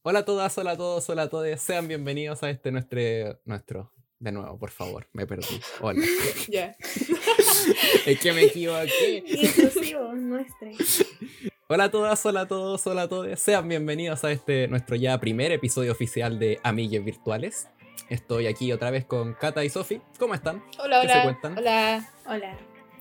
Hola a todas, hola a todos, hola a todos. Sean bienvenidos a nuestro. De nuevo, por favor, me perdí. Hola. Ya. Es que me equivoqué. Inclusivo, nuestra. Hola a todas, hola a todos, hola a todos. Sean bienvenidos a nuestro ya primer episodio oficial de Amigues Virtuales. Estoy aquí otra vez con Cata y Sofi. ¿Cómo están? Hola, ¿Qué hola. se cuentan? Hola. Hola.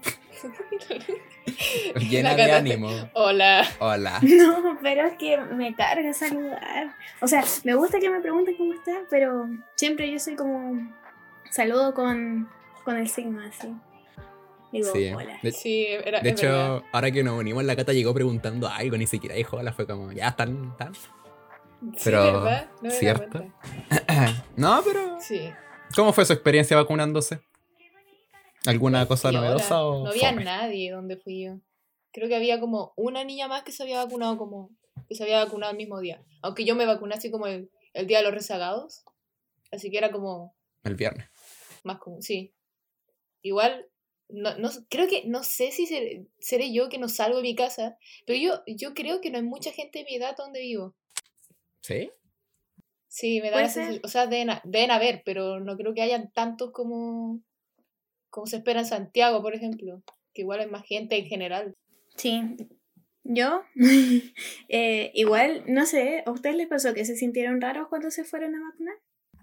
Llena La de Cata. ánimo. Hola. Hola. No, pero es que me carga saludar. O sea, me gusta que me pregunten cómo está, pero siempre yo soy como saludo con el signo así. Digo, Sí. hola. Sí, De es hecho, verdad. ahora que nos unimos, la Cata llegó preguntando algo, ni siquiera dijo hola, fue como, ya están. Sí, Pero, ¿verdad? No me da ¿cierto? cuenta. No, pero Sí. ¿cómo fue su experiencia vacunándose? ¿Alguna cosa Piola. novedosa o No había fome? nadie donde fui yo. Creo que había como una niña más que se había vacunado que se había vacunado el mismo día. Aunque yo me vacuné así como el día de los rezagados. Así que era como El viernes. más común. Sí. Igual, creo que, no sé si seré yo que no salgo de mi casa, pero yo creo que no hay mucha gente de mi edad donde vivo. ¿Sí? Sí, me da Puede la sensación, ser. o sea, deben haber, pero no creo que hayan tantos como se espera en Santiago, por ejemplo, que igual hay más gente en general. Sí. Yo, igual, no sé, ¿a ustedes les pasó que se sintieron raros cuando se fueron a vacunar?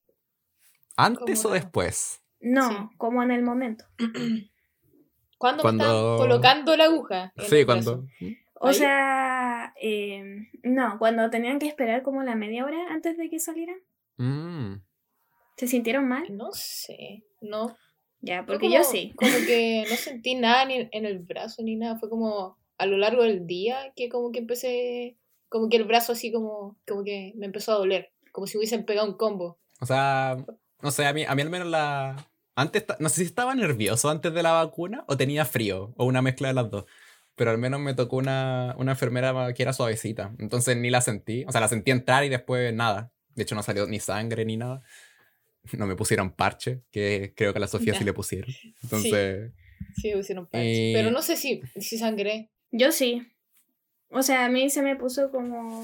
¿Antes Como o raro. después? No, Sí. como en el momento. ¿Cuándo me estaban Cuando... colocando la aguja en Sí, el brazo? cuando... O ¿Ahí? sea, no, cuando tenían que esperar como la media hora antes de que salieran. Mm. ¿Se sintieron mal? No sé, no. Ya, Yo porque yo sí. como que no sentí nada ni en el brazo ni nada. Fue como a lo largo del día que como que empecé, como que el brazo así como que me empezó a doler. Como si hubiesen pegado un combo. O sea, no sé, a mí al menos la... Antes, no sé si estaba nervioso antes de la vacuna o tenía frío, o una mezcla de las dos. Pero al menos me tocó una enfermera que era suavecita. Entonces ni la sentí. O sea, la sentí entrar y después nada. De hecho, no salió ni sangre ni nada. No me pusieron parche, que creo que a la Sofía sí Ya. le pusieron. Sí, Entonces... sí, hicieron parche. Pero Y... no sé si sangré. Yo sí. O sea, a mí se me puso como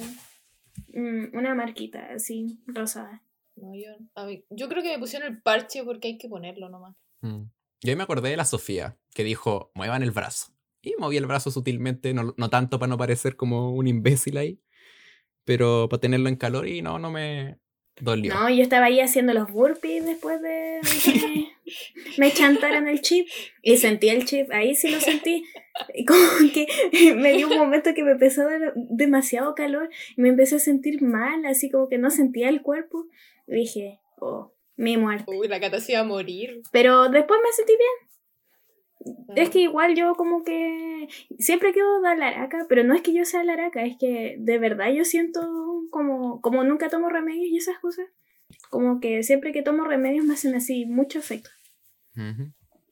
una marquita así, rosada. No, yo creo que me pusieron el parche porque hay que ponerlo nomás. Yo ahí me acordé de la Sofía, que dijo, muevan el brazo. Y moví el brazo sutilmente, no tanto para no parecer como un imbécil ahí, pero para tenerlo en calor y no me dolió. No, yo estaba ahí haciendo los burpees después de que me chantaran el chip. Y sentí el chip, ahí sí lo sentí. Y como que me dio un momento que me empezó a dar demasiado calor y me empecé a sentir mal, así como que no sentía el cuerpo. Y dije, oh, mi muerte. Uy, la Cata se iba a morir. Pero después me sentí bien. Es Ah. que igual yo como que siempre quedo de laraca, pero no es que yo sea laraca, es que de verdad yo siento como nunca tomo remedios y esas cosas, como que siempre que tomo remedios me hacen así mucho efecto. Ujú.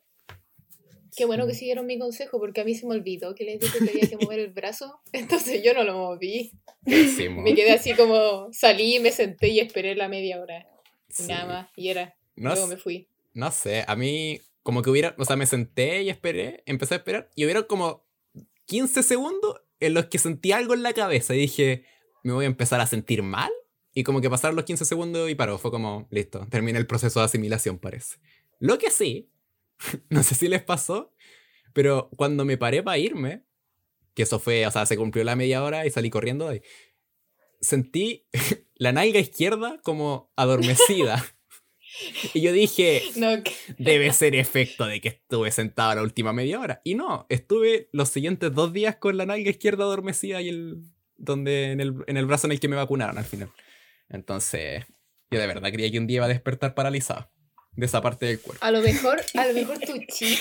Qué bueno que Sí. siguieron mi consejo, porque a mí se me olvidó que les dije que había que mover el brazo. Entonces yo no lo moví. Pésimo. Me quedé así como, salí, me senté y esperé la media hora. Y Sí. nada más, y era. No, Luego me fui. no sé, a mí como que hubiera, o sea, me senté y esperé, empecé a esperar y hubieron como 15 segundos en los que sentí algo en la cabeza y dije, me voy a empezar a sentir mal. Y como que pasaron los 15 segundos y paró, fue como, listo, termina el proceso de asimilación, parece. Lo que sí, no sé si les pasó, pero cuando me paré para irme, que eso fue, o sea, se cumplió la media hora y salí corriendo de ahí, sentí la nalga izquierda como adormecida. Y yo dije, No, debe ser efecto de que estuve sentado la última media hora. Y no, estuve los siguientes 2 días con la nalga izquierda adormecida y en el brazo en el que me vacunaron al final. Entonces, yo de verdad creía que un día iba a despertar paralizado de esa parte del cuerpo. a lo mejor tu chip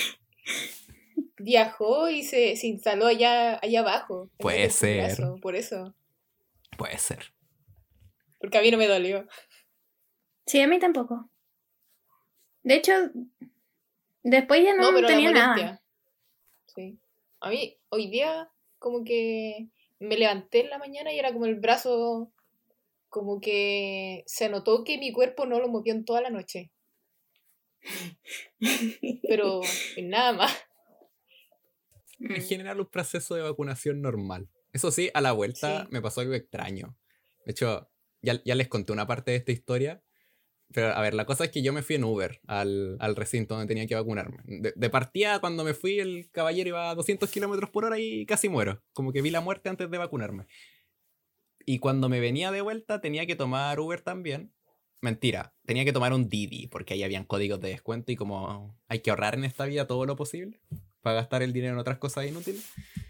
viajó y se instaló allá abajo, en vez Puede de en tu ser, brazo, por eso. puede ser. Porque a mí no me dolió. Sí, a mí tampoco. De hecho, después ya No, no pero la tenía nada. molestia. Sí. A mí, hoy día, como que me levanté en la mañana y era como el brazo, como que se notó que mi cuerpo no lo movió en toda la noche. Pero nada más. En general, un proceso de vacunación normal. Eso sí, a la vuelta Sí. me pasó algo extraño. De hecho, ya les conté una parte de esta historia. Pero a ver, la cosa es que yo me fui en Uber al recinto donde tenía que vacunarme. De partida, cuando me fui, el caballero iba a 200 kilómetros por hora y casi muero. Como que vi la muerte antes de vacunarme. Y cuando me venía de vuelta tenía que tomar Uber también. Mentira, tenía que tomar un Didi porque ahí habían códigos de descuento y como hay que ahorrar en esta vida todo lo posible para gastar el dinero en otras cosas inútiles,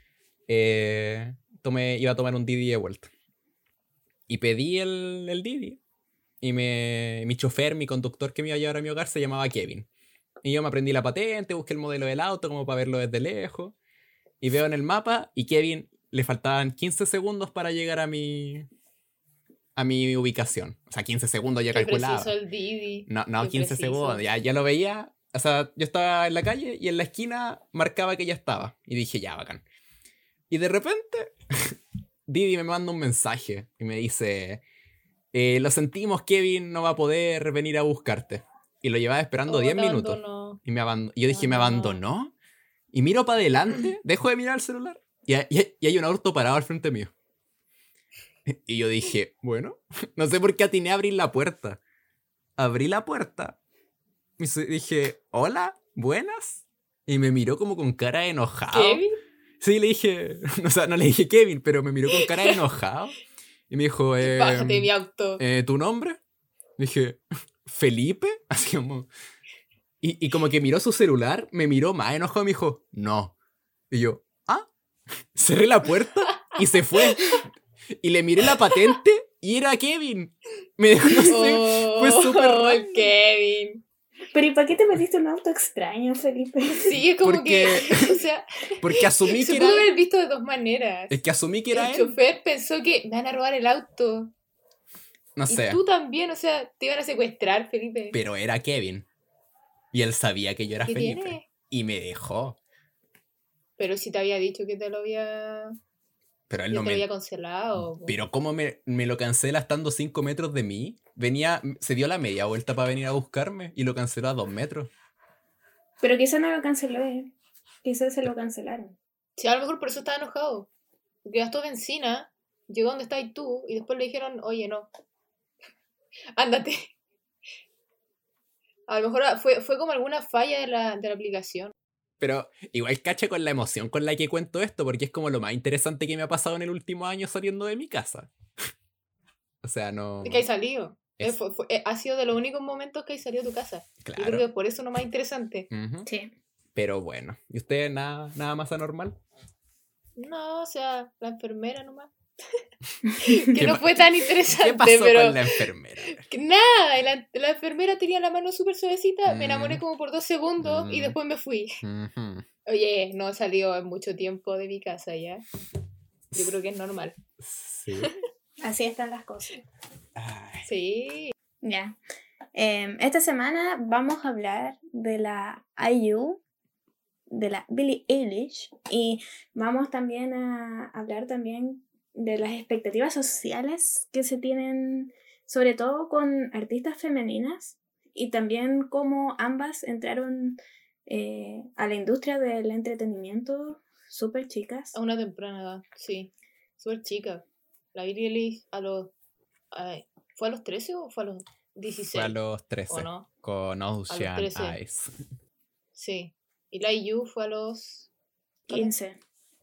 iba a tomar un Didi de vuelta. Y pedí el Didi. Y mi chofer, mi conductor que me iba a llevar a mi hogar se llamaba Kevin. Y yo me aprendí la patente, busqué el modelo del auto como para verlo desde lejos. Y veo en el mapa y Kevin le faltaban 15 segundos para llegar a mi ubicación. O sea, 15 segundos ya Qué calculaba. preciso el Didi. No, Qué 15 preciso. segundos. Ya lo veía. O sea, yo estaba en la calle y en la esquina marcaba que ya estaba. Y dije, ya, bacán. Y de repente, Didi me manda un mensaje y me dice... lo sentimos, Kevin no va a poder venir a buscarte. Y lo llevaba esperando 10 minutos. Y yo dije, ¿me abandonó? Y miro para adelante, dejo de mirar el celular. Y hay un auto parado al frente mío. Y yo dije, bueno, no sé por qué atiné a abrir la puerta. Abrí la puerta. Y dije, hola, buenas. Y me miró como con cara de enojado. ¿Kevin? Sí, le dije, o sea, no le dije Kevin, pero me miró con cara de enojado. Y me dijo, Bájate de mi auto. ¿Tu nombre? Dije, ¿Felipe? Así como... Y como que miró su celular, me miró más enojado y me dijo, no. Y yo, cerré la puerta y se fue. Y le miré la patente y era Kevin. Me dejó, no sé, fue súper raro. Kevin. Pero ¿y para qué te metiste en un auto extraño, Felipe? Sí, es como que, o sea... Porque asumí se que pudo era... haber visto de dos maneras. Es que asumí que era el él. chofer pensó que me van a robar el auto. No sé. Y tú también, o sea, te iban a secuestrar, Felipe. Pero era Kevin. Y él sabía que yo era ¿Qué Felipe. tiene? Y me dejó. Pero si te había dicho que te lo había... Pero él que no te me... lo había cancelado. Po. Pero ¿cómo me lo cancela estando 5 metros de mí? Se dio la media vuelta para venir a buscarme y lo canceló a 2 metros. Pero quizás no lo canceló, quizás se lo cancelaron. Sí, a lo mejor por eso estaba enojado. Porque gastó benzina, llegó donde estabas tú y después le dijeron, oye, no. Ándate. A lo mejor fue como alguna falla de la aplicación. Pero igual cacha con la emoción con la que cuento esto, porque es como lo más interesante que me ha pasado en el último año saliendo de mi casa. O sea, no... Es que hay salido. Ha sido de los únicos momentos que hay salido de tu casa. Claro. Yo creo que por eso no más interesante. Uh-huh. Sí. Pero bueno, ¿y usted nada más anormal? No, o sea, la enfermera nomás. Que no fue tan interesante. ¿Qué pasó pero con la enfermera? Que nada, la enfermera tenía la mano súper suavecita, me enamoré como por 2 segundos y después me fui. Uh-huh. Oye, no he salido en mucho tiempo de mi casa ya. Yo creo que es normal. Sí. Así están las cosas. Ay. Sí. Ya. Esta semana vamos a hablar de la IU, de la Billie Eilish, y vamos también a hablar también de las expectativas sociales que se tienen, sobre todo con artistas femeninas, y también cómo ambas entraron a la industria del entretenimiento súper chicas. A una temprana edad, sí. Súper chica. La Billie Eilish ¿fue a los 13 o fue a los 16? Fue a los 13. ¿O no? Con Ocean 13. Eyes. Sí. Y la IU fue a los 15.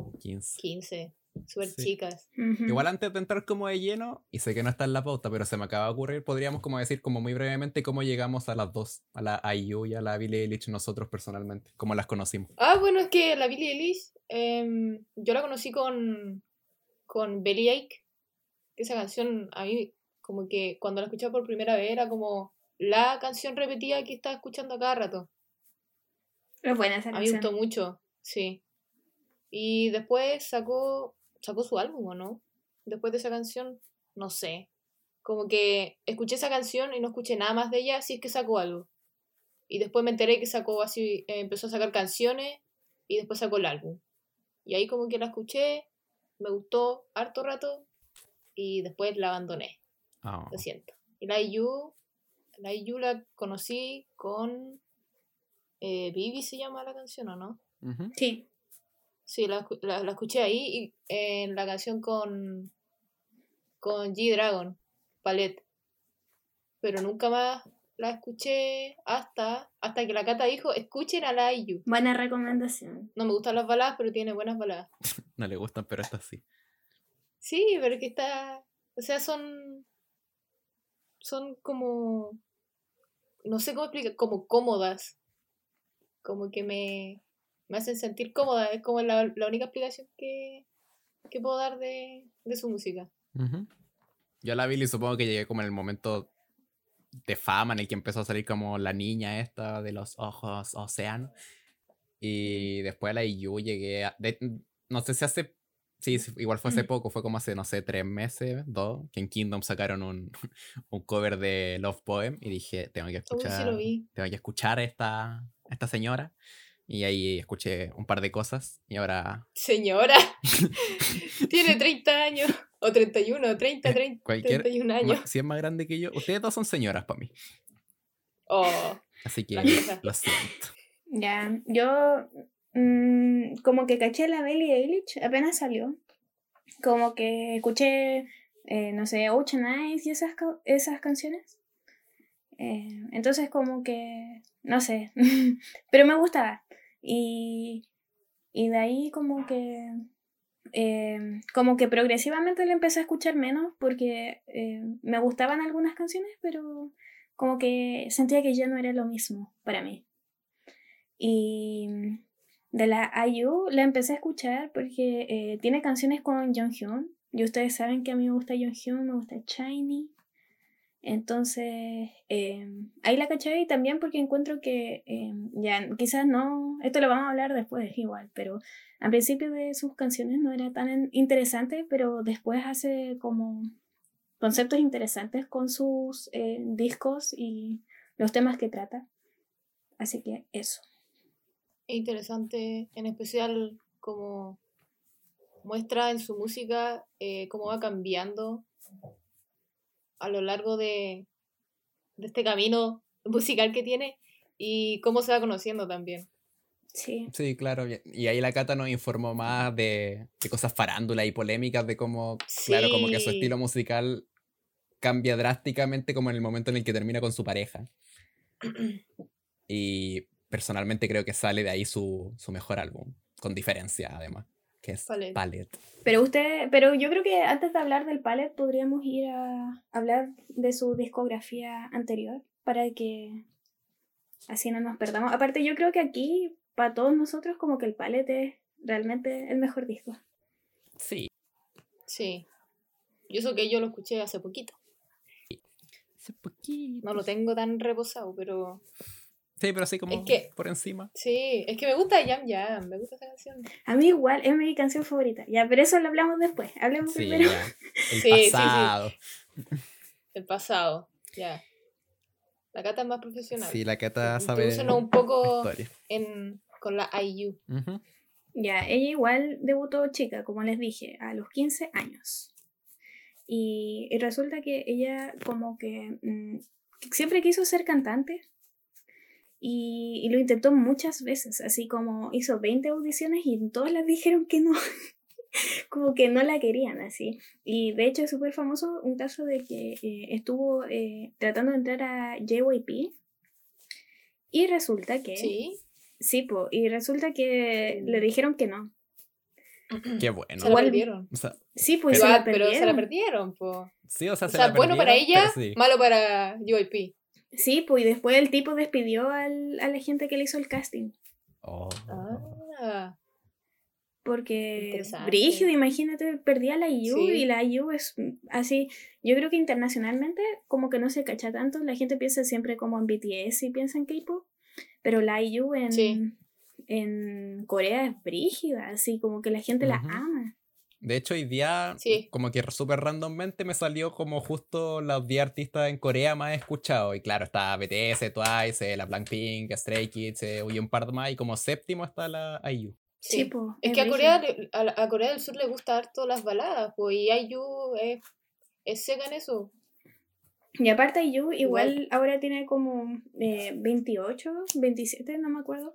15. Súper Sí. chicas. Uh-huh. Igual antes de entrar como de lleno, y sé que no está en la pauta, pero se me acaba de ocurrir, podríamos como decir como muy brevemente cómo llegamos a las dos, a la IU y a la Billie Eilish nosotros personalmente, cómo las conocimos. Bueno, es que la Billie Eilish, yo la conocí con Bellyache. Esa canción, a mí, como que cuando la escuchaba por primera vez, era como la canción repetida que estaba escuchando a cada rato. Es buena esa A mí me canción. gustó mucho, sí. Y después sacó su álbum, ¿o no? Después de esa canción, no sé. Como que escuché esa canción y no escuché nada más de ella, si es que sacó algo. Y después me enteré que sacó así, empezó a sacar canciones y después sacó el álbum. Y ahí como que la escuché, me gustó harto rato y después la abandoné. Oh. Lo siento. Y la IU la conocí con Bibi se llama la canción, ¿o no? Uh-huh. Sí. Sí, la escuché ahí y en la canción con G-Dragon. Palette. Pero nunca más la escuché hasta que la Cata dijo, escuchen a la IU. Buena recomendación. No me gustan las baladas, pero tiene buenas baladas. No le gustan, pero estas sí. Sí, pero que está... O sea, son como... No sé cómo explicar, como cómodas. Como que me hacen sentir cómoda. Es como la única explicación que puedo dar de su música. Ujú. Yo a la Billie supongo que llegué como en el momento de fama en el que empezó a salir como la niña esta de los ojos océano. Y después a la IU llegué a... no sé si hace... Sí, igual fue hace poco, fue como hace, no sé, 3 meses, 2, que en Kingdom sacaron un cover de Love Poem y dije, Sí lo vi. tengo que escuchar a esta señora. Y ahí escuché un par de cosas y ahora... Señora, tiene 30 años, o 31, 30, 31 años. Si es más grande que yo, ustedes dos son señoras para mí. Oh, Así que la vieja. lo siento. Ya, yo como que caché la Billie Eilish apenas salió. Como que escuché, no sé, Ocean Eyes y esas canciones. Entonces como que, no sé, pero me gustaba. Y de ahí como que progresivamente le empecé a escuchar menos porque me gustaban algunas canciones, pero como que sentía que ya no era lo mismo para mí. Y de la IU la empecé a escuchar porque tiene canciones con Jonghyun. Y ustedes saben que a mí me gusta Jonghyun, me gusta Shiny. Entonces, ahí la caché y también porque encuentro que ya quizás no, esto lo vamos a hablar después igual, pero al principio de sus canciones no era tan interesante, pero después hace como conceptos interesantes con sus discos y los temas que trata. Así que eso. Es interesante, en especial como muestra en su música cómo va cambiando a lo largo de este camino musical que tiene y cómo se va conociendo también. Sí. Sí, claro. Y ahí la Cata nos informó más de cosas farándulas y polémicas, de cómo, claro, como que su estilo musical cambia drásticamente como en el momento en el que termina con su pareja. Y personalmente creo que sale de ahí su mejor álbum, con diferencia además, que es Palette. Pero yo creo que antes de hablar del Palette podríamos ir a hablar de su discografía anterior para que así no nos perdamos. Aparte yo creo que aquí, para todos nosotros, como que el Palette es realmente el mejor disco. Sí. Sí. Y eso que yo lo escuché hace poquito. Hace poquito. No lo tengo tan reposado, pero... Sí, pero así como es que, por encima. Sí, es que me gusta Yam Yam, me gusta esa canción. A mí igual, es mi canción favorita. Ya, pero eso lo hablamos después. Hablemos primero. Ya. El pasado. Sí. El pasado, ya. La Cata es más profesional. Sí, la Cata sabe Introdúcenos un poco historia. con la IU. Uh-huh. Ya, ella igual debutó chica, como les dije, a los 15 años. Y resulta que ella como que siempre quiso ser cantante y lo intentó muchas veces, así como hizo 20 audiciones y todas las dijeron que no, como que no la querían así. Y de hecho es súper famoso un caso de que estuvo tratando de entrar a JYP y resulta que... Sí, y resulta que le dijeron que no. Qué bueno. Se la perdieron. O sea, Sí, pues pero se la perdieron, po. Sí, o sea, bueno para ella, sí. malo para JYP. Sí, pues y después el tipo despidió a la gente que le hizo el casting. Oh. Ah. Porque brígido, imagínate, perdía la IU y la IU es así. Yo creo que internacionalmente como que no se cacha tanto. La gente piensa siempre como en BTS y piensa en K-pop. Pero la IU en Corea es brígida, así como que la gente la ama. De hecho, hoy día, como que súper randommente me salió como justo los 10 artistas en Corea más escuchados. Y claro, está BTS, Twice, la Blackpink, Stray Kids, y un par más. Y como séptimo está la IU. Sí, po, es que a Corea del Sur le gusta harto las baladas, pues, y IU es seca en eso. Y aparte IU igual ahora tiene como 28, 27, no me acuerdo.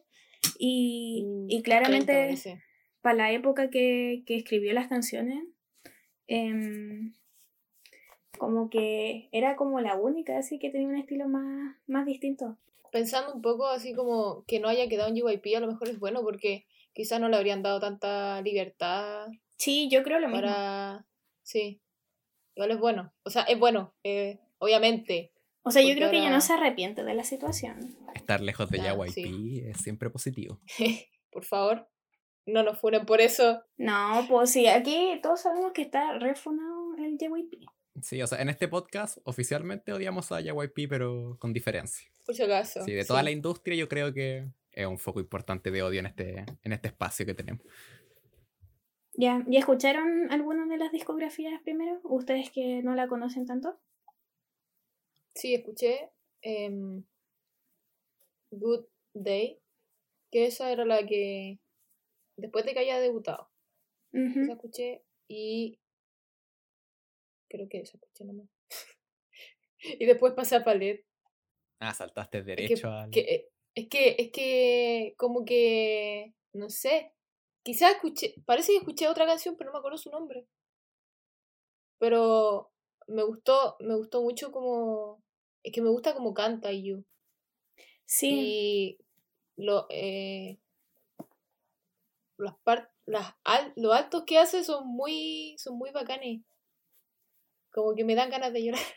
Y claramente para la época que escribió las canciones, Como que era como la única, así que tenía un estilo más distinto. Pensando un poco así como que no haya quedado en JYP, a lo mejor es bueno porque quizás no le habrían dado tanta libertad Sí, yo creo lo mismo. para... Sí, igual es bueno. O sea, es bueno, obviamente. O sea, yo Porque creo que ella no ahora... se arrepiente de la situación. Estar lejos de Ah, JYP sí. es siempre positivo. Por favor, no nos funen por eso. No, pues sí, aquí todos sabemos que está refunado el JYP. Sí, o sea, en este podcast oficialmente odiamos a JYP, pero con diferencia. Por si acaso. Sí, de toda la Sí. industria yo creo que es un foco importante de odio en este espacio que tenemos. ¿Ya escucharon alguna de las discografías primero? ¿Ustedes que no la conocen tanto? Sí, escuché Good Day, que esa era la que, después de que haya debutado, Ujú. esa escuché y creo que esa escuché nomás. Y después pasé a Palette. Ah, saltaste Es derecho al... es que, como que, no sé, quizás escuché, parece que escuché otra canción, pero no me acuerdo su nombre. Pero me gustó mucho como, es que me gusta como canta IU. Sí, Y lo, los altos que hace son muy bacanes. Como que me dan ganas de llorar.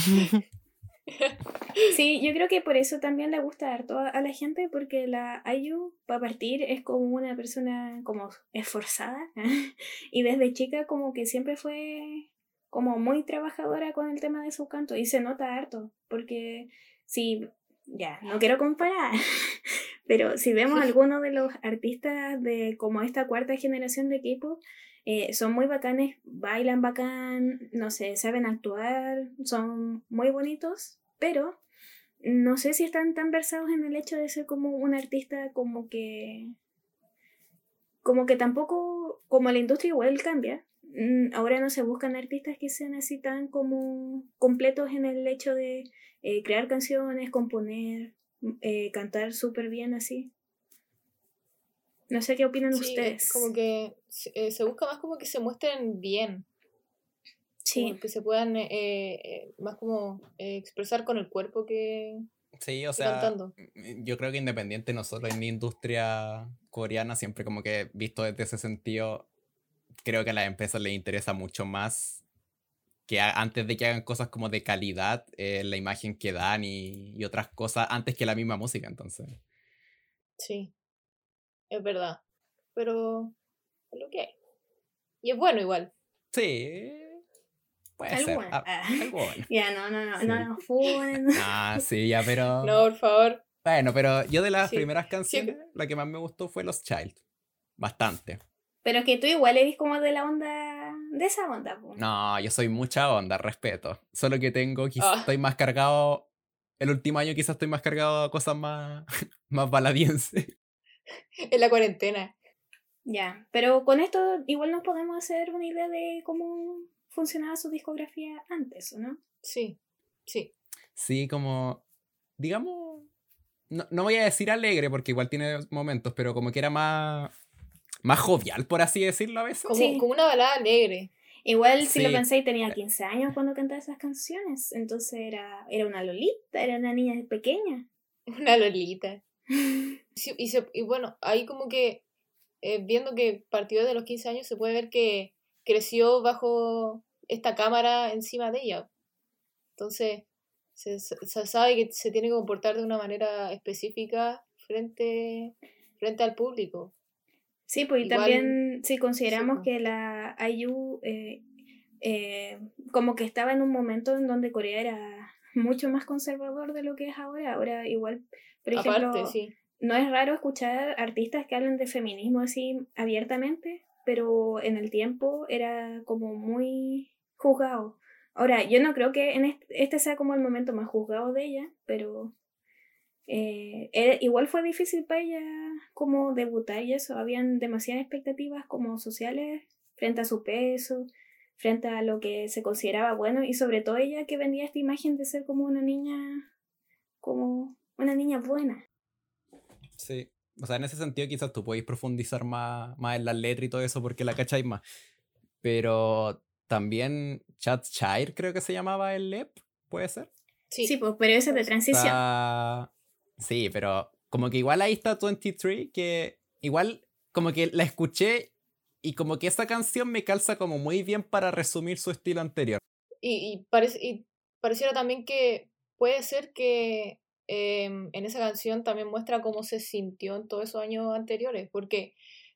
sí, yo creo que por eso también le gusta harto a la gente, porque la IU, para partir, es como una persona como esforzada y desde chica como que siempre fue como muy trabajadora con el tema de su canto y se nota harto, porque si, ya, no quiero comparar, pero si vemos algunos de los artistas de como esta cuarta generación de K-pop, son muy bacanes, bailan bacán, no sé, saben actuar, son muy bonitos, pero no sé si están tan versados en el hecho de ser como un artista como que tampoco, como la industria igual cambia, ahora no se buscan artistas que sean así tan como completos en el hecho de crear canciones, componer, cantar súper bien así. No sé qué opinan Sí, como ustedes. que se busca más como que se muestren bien. Sí, Como que se puedan más como expresar con el cuerpo Sí, o que sea, cantando. yo creo que independiente nosotros en la industria coreana, siempre como que visto desde ese sentido, creo que a las empresas les interesa mucho más que antes de que hagan cosas como de calidad, la imagen que dan y otras cosas antes que la misma música, entonces. Sí, es verdad. Pero es lo que hay. Y es bueno igual. Sí, puede ser, alguna. algo bueno. Ya, no Sí. nos funen. Ah, sí, ya, pero... No, por favor. Bueno, pero yo de las Sí. primeras Sí, canciones, la que más me gustó fue Los Child. Bastante. Pero que tú igual eres como de la onda, de esa onda, po. No, yo soy mucha onda, respeto. Solo que ah, estoy más cargado. El último año quizás estoy más cargado a cosas más, más baladienses. en la cuarentena. Ya, pero con esto igual nos podemos hacer una idea de cómo funcionaba su discografía antes, ¿o no? Sí, sí. Sí, como, digamos, no voy a decir alegre porque igual tiene momentos, pero como que era más jovial, por así decirlo a veces. Sí. Como una balada alegre. Igual si lo Sí, pensáis tenía 15 años cuando cantaba esas canciones, entonces era una lolita, era una niña pequeña. Una lolita. Sí, y bueno, ahí como que viendo que partió de los 15 años se puede ver que creció bajo esta cámara encima de ella. Entonces se sabe que se tiene que comportar de una manera específica frente al público. Sí, pues y Igual, también si sí, consideramos pues. que la IU como que estaba en un momento en donde Corea era mucho más conservador de lo que es ahora. Ahora igual, por Aparte, ejemplo, sí. no es raro escuchar artistas que hablen de feminismo así abiertamente, pero en el tiempo era como muy juzgado. Ahora, yo no creo que en este sea como el momento más juzgado de ella, pero igual fue difícil para ella como debutar y eso. Habían demasiadas expectativas como sociales frente a su peso, frente a lo que se consideraba bueno y sobre todo ella que vendía esta imagen de ser como una niña buena. sí. O sea, en ese sentido quizás tú podéis profundizar más en las letras y todo eso porque la cacháis más. Pero también Chad Shire creo que se llamaba el LEP, ¿puede ser? Sí, pues, pero ese es de transición. Sí, pero como que igual ahí está 23, que igual como que la escuché y como que esa canción me calza como muy bien para resumir su estilo anterior. Y pareciera también que puede ser que en esa canción también muestra cómo se sintió en todos esos años anteriores, porque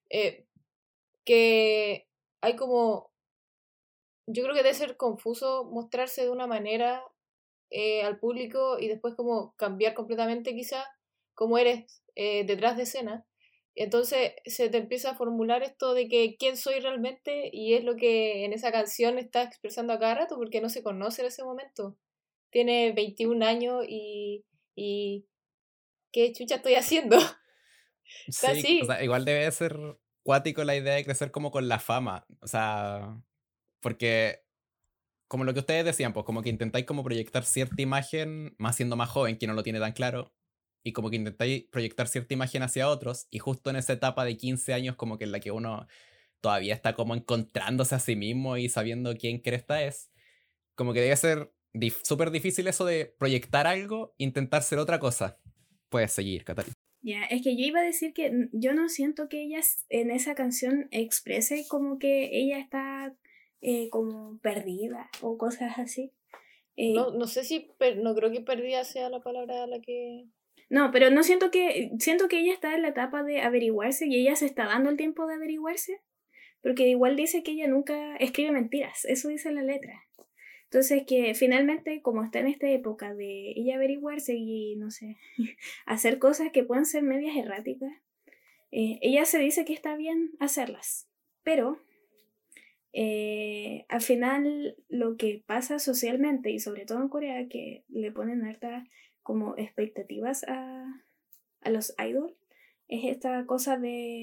que hay como, yo creo que debe ser confuso mostrarse de una manera al público y después como cambiar completamente quizá cómo eres detrás de escena. Entonces se te empieza a formular esto de que quién soy realmente, y es lo que en esa canción está expresando a cada rato porque no se conoce en ese momento. Tiene 21 años y ¿qué chucha estoy haciendo? Está Sí, o así. sea, igual debe ser cuático la idea de crecer como con la fama, o sea, porque como lo que ustedes decían, pues como que intentáis como proyectar cierta imagen, más siendo más joven, que no lo tiene tan claro, y como que intentáis proyectar cierta imagen hacia otros, y justo en esa etapa de 15 años como que en la que uno todavía está como encontrándose a sí mismo y sabiendo quién cresta es, como que debe ser súper difícil eso de proyectar algo, intentar ser otra cosa. Puedes seguir, Catalina. Ya, es que yo iba a decir que yo no siento que ella en esa canción exprese como que ella está como perdida o cosas así. No sé si, no creo que perdida sea la palabra a la que... No, pero no siento que ella está en la etapa de averiguarse y ella se está dando el tiempo de averiguarse, porque igual dice que ella nunca escribe mentiras, eso dice la letra. Entonces que finalmente, como está en esta época de ella averiguarse y, no sé, hacer cosas que pueden ser medias erráticas, ella se dice que está bien hacerlas, pero al final lo que pasa socialmente y sobre todo en Corea, que le ponen hartas como expectativas a los idols, es esta cosa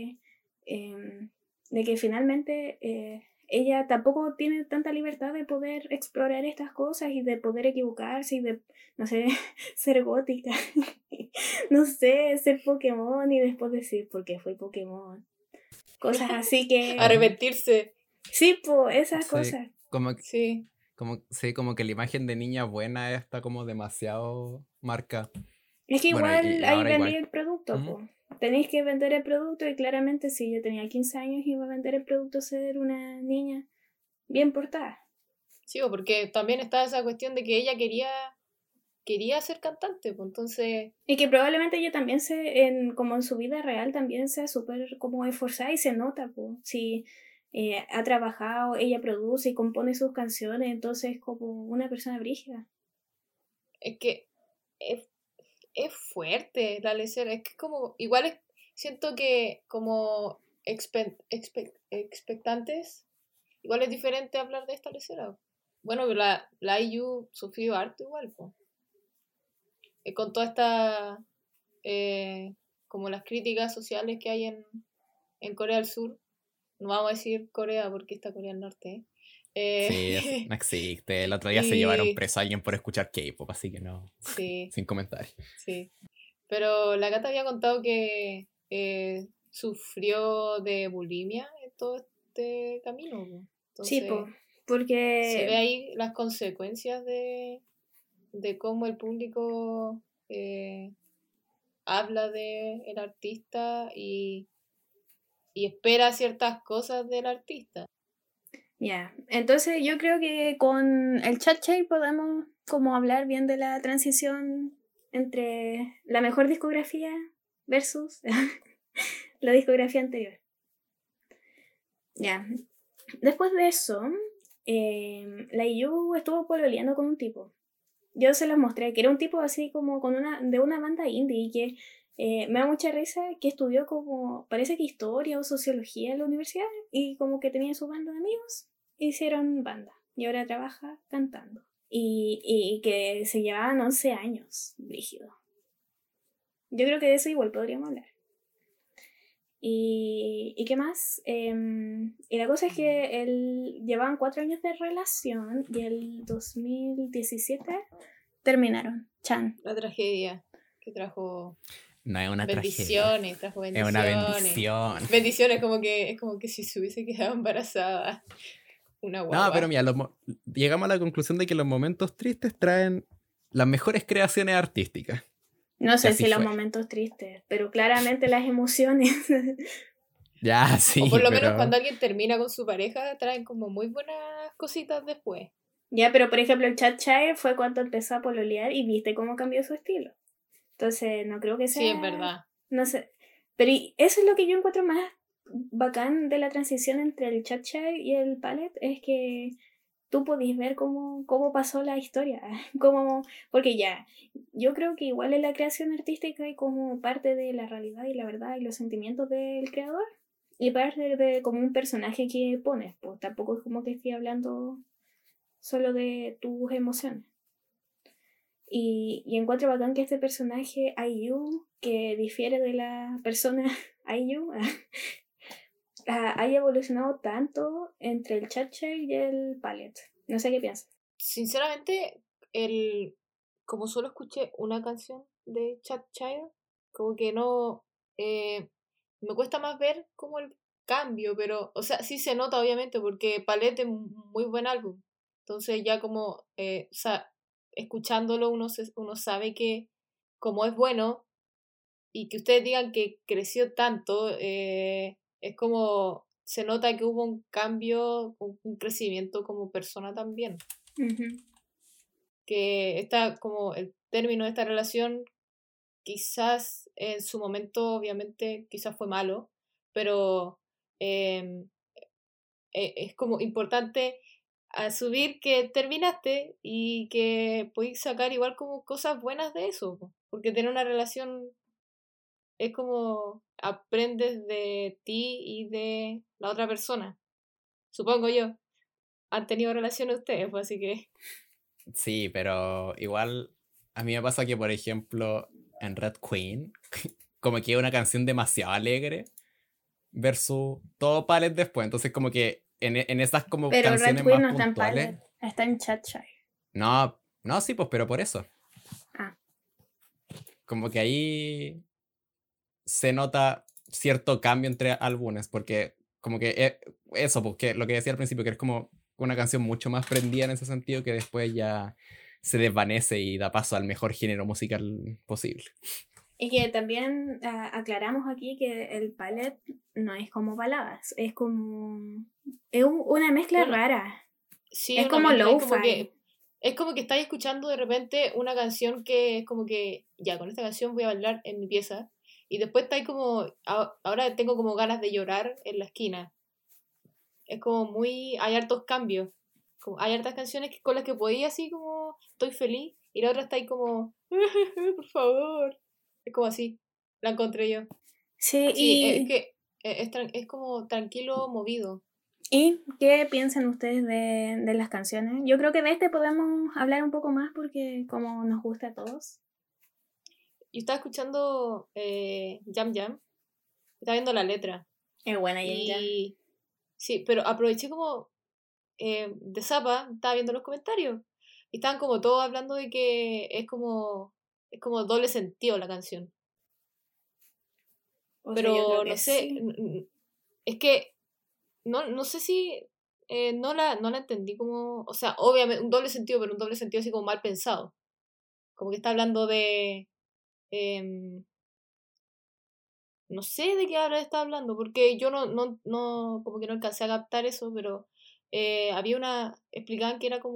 de que finalmente ella tampoco tiene tanta libertad de poder explorar estas cosas y de poder equivocarse y de, no sé, ser gótica, no sé, ser Pokémon y después decir por qué fue Pokémon. Cosas así que... Arrepentirse. Sí, pues esas Sí, cosas. como, Sí. sí, como que la imagen de niña buena está como demasiado marcada. Es que Bueno, igual y ahí ahora vendí igual. el producto, ¿Mm? pues. Tenéis que vender el producto y claramente si yo tenía 15 años iba a vender el producto ser una niña bien portada. Sí, porque también está esa cuestión de que ella quería ser cantante, pues entonces... Y que probablemente ella también como en su vida real también sea súper como esforzada y se nota, pues. Si ha trabajado, ella produce y compone sus canciones, entonces es como una persona brígida. Es que es fuerte la lecera, es que como, igual siento que como expectantes, igual es diferente hablar de esta lecera. Bueno, la IU sufrió harto igual, pues. Con toda esta, como las críticas sociales que hay en Corea del Sur, no vamos a decir Corea porque está Corea del Norte, Sí, no existe. El otro día se llevaron y preso a alguien por escuchar K-pop, así que no, sí, sin comentarios. sí. Pero la Cata había contado que sufrió de bulimia en todo este camino, po. Sí, pues, Entonces se ve porque ahí las consecuencias de cómo el público habla de el artista y espera ciertas cosas del artista. ya, entonces yo creo que con el chat chat podemos como hablar bien de la transición entre la mejor discografía versus la discografía anterior. Ya, después de eso, la IU estuvo pololeando con un tipo. Yo se los mostré, que era un tipo así como de una banda indie y que me da mucha risa que estudió como, parece que historia o sociología en la universidad y como que tenía su banda de amigos, hicieron banda y ahora trabaja cantando. Y que se llevaban 11 años, brígido. Yo creo que de eso igual podríamos hablar. ¿Y qué más? Y la cosa es que llevaban 4 años de relación y el 2017 terminaron. Chan. La tragedia que trajo No es una bendiciones, tragedia. trajo Es una bendiciones. bendición. Bendiciones, es como que si se hubiese quedado embarazada. Una No, pero guagua. mira, llegamos a la conclusión de que los momentos tristes traen las mejores creaciones artísticas. No Y sé así si los fue. momentos tristes, pero claramente las emociones. Ya, O por sí, lo menos pero... cuando alguien termina con su pareja, traen como muy buenas cositas después. Ya, pero por ejemplo, el Cheshire fue cuando empezó a pololear y viste cómo cambió su estilo. Entonces, no creo que Sí, es sea. verdad. No sé. Pero eso es lo que yo encuentro más bacán de la transición entre el Cheshire y el Palette, es que tú podés ver cómo pasó la historia. Porque ya, yo creo que igual en la creación artística hay como parte de la realidad y la verdad y los sentimientos del creador. Y parte de como un personaje que pones, pues tampoco es como que estoy hablando solo de tus emociones. Y encuentro bacán que este personaje, IU, que difiere de la persona IU, haya evolucionado tanto entre el Chatcher y el Palette. No sé qué piensas. Sinceramente, como solo escuché una canción de Chad Child, como que no. Me cuesta más ver como el cambio, pero, o sea, sí se nota obviamente porque Palette es un muy buen álbum. Entonces ya como, o sea, escuchándolo uno sabe que como es bueno y que ustedes digan que creció tanto, es como se nota que hubo un cambio, un crecimiento como persona también. Ujú. Que está como el término de esta relación quizás en su momento obviamente quizás fue malo, pero eh, es como importante asumir que terminaste y que podéis sacar igual como cosas buenas de eso, po, porque tener una relación es como aprendes de ti y de la otra persona, supongo yo. Han tenido relaciones ustedes, pues, así que Sí, pero igual a mí me pasa que, por ejemplo, en Red Queen, como que es una canción demasiado alegre versus todo Palette después. Entonces, como que en esas como Pero Red canciones Queen más no está en puntuales, Palette, está en Chatshire. no, no, sí, pues, pero por eso. Ah, Como que ahí se nota cierto cambio entre álbumes, porque como que eso, porque lo que decía al principio, que es como una canción mucho más prendida en ese sentido, que después ya se desvanece y da paso al mejor género musical posible. y que también aclaramos aquí que el Palette no es como baladas, es como. Es una mezcla es una, rara. sí, Es una como mezcla, lo-fi. es como que estáis escuchando de repente una canción que es como que, ya, con esta canción voy a bailar en mi pieza, y después estáis como, ahora tengo como ganas de llorar en la esquina. Es como muy, hay hartos cambios. Como, hay hartas canciones con las que podía así como, estoy feliz, y la otra está ahí como, por favor. Es como así, la encontré yo. Sí, Sí, es que es como tranquilo, movido. ¿y qué piensan ustedes de las canciones? Yo creo que de este podemos hablar un poco más porque como nos gusta a todos. Yo estaba escuchando Jam Jam, estaba viendo la letra. Es buena Yen Jan. Y sí, pero aproveché como de zapa, estaba viendo los comentarios. Y estaban como todos hablando de que es como doble sentido la canción. O sea, yo creo Pero que no sé, sí. es que no sé si no la entendí como, o sea, obviamente un doble sentido, pero un doble sentido así como mal pensado. Como que está hablando de, em, no sé de qué ahora está hablando, porque yo no, como que no alcancé a captar eso, pero había explicaban que era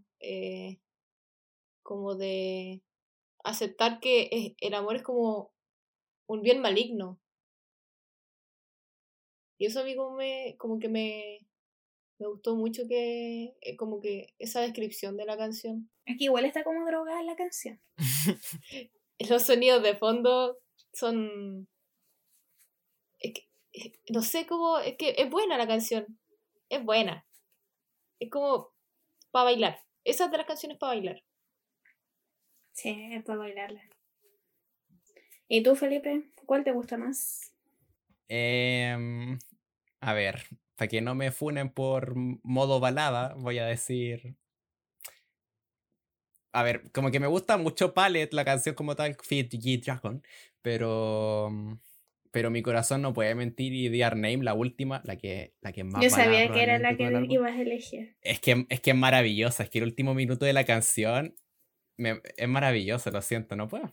como de aceptar que el amor es como un bien maligno. Y eso a mí me gustó mucho que, como que esa descripción de la canción. Es que igual está como drogada la canción. Los sonidos de fondo son, es que- no sé cómo, es que es buena la canción, es buena. Es como para bailar. Esas de las canciones para bailar. Sí, es para bailarla. ¿Y tú, Felipe? ¿Cuál te gusta más? Em, a ver, para que no me funen por modo balada, voy a decir... A ver, como que me gusta mucho Palette, la canción como tal, Fit G Dragon, pero pero mi corazón no puede mentir y The Name, la última, la que es más Yo balada sabía que era la probablemente de todo el que álbum. ibas a elegir. Es que es maravillosa, es que el último minuto de la canción es maravilloso, lo siento, no puedo.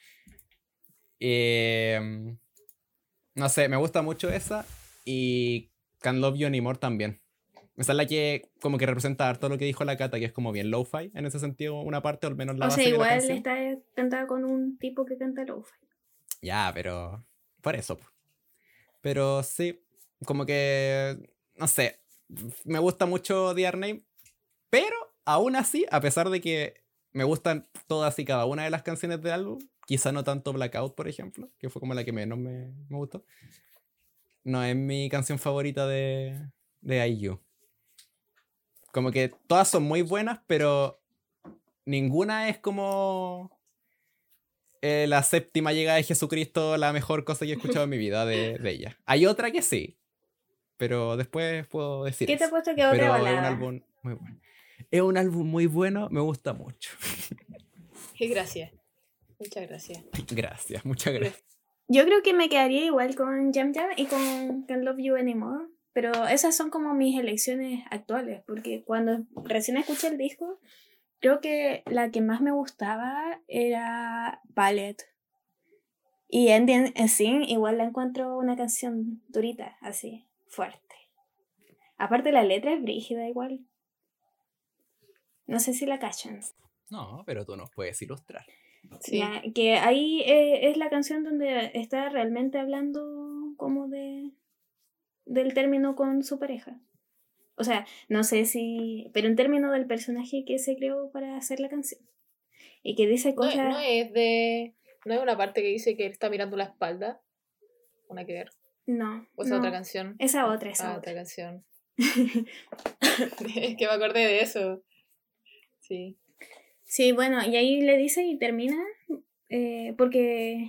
No sé, me gusta mucho esa y Can't Love You Anymore también. Esa es la que como que representa harto lo que dijo la Cata, que es como bien lo-fi en ese sentido, una parte o al menos la O sea, base de la igual canción. está cantada con un tipo que canta lo-fi. Ya, pero por eso. Pero sí, como que, no sé, me gusta mucho The Name, pero aún así, a pesar de que me gustan todas y cada una de las canciones del álbum, quizá no tanto Blackout, por ejemplo, que fue como la que menos me gustó, no es mi canción favorita de IU. Como que todas son muy buenas, pero ninguna es como la séptima llegada de Jesucristo, la mejor cosa que he escuchado en mi vida de ella. Hay otra que sí, pero después puedo decir ¿Qué te ha eso. puesto que otra Pero es un balada? álbum muy bueno. Es un álbum muy bueno, me gusta mucho. Gracias. Muchas gracias. Gracias, muchas gracias. Yo creo que me quedaría igual con Jam Jam y con Can't Love You Anymore. Pero esas son como mis elecciones actuales. Porque cuando recién escuché el disco, creo que la que más me gustaba era Ballet. Y Ending en Sin igual la encuentro una canción durita, así, fuerte. Aparte la letra es brígida igual. No sé si la cachan. No, pero tú nos puedes ilustrar. Sí. Ya, que ahí es la canción donde está realmente hablando como del término con su pareja. O sea, no sé si... Pero en términos del personaje que se creó para hacer la canción. Y que dice No, cosas... no es una parte que dice que él está mirando la espalda. Una que ver. No, O esa no. otra canción. Esa otra. Otra canción. Es que me acordé de eso. Sí. Sí, bueno, y ahí le dice y termina, porque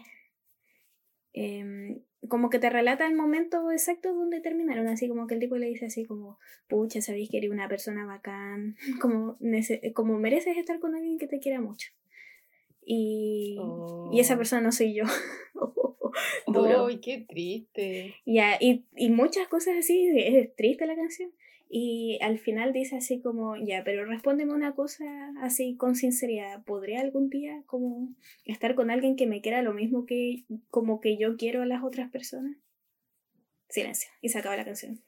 como que te relata el momento exacto donde terminaron, así como que el tipo le dice así como, pucha, sabéis que eres una persona bacán, como mereces estar con alguien que te quiera mucho. Y esa persona no soy yo. Duro. ¡Ay, qué triste! Y muchas cosas así, es triste la canción. Y al final dice así como, ya, pero respóndeme una cosa así con sinceridad. ¿Podré algún día como estar con alguien que me quiera lo mismo que como que yo quiero a las otras personas? Silencio. Y se acaba la canción.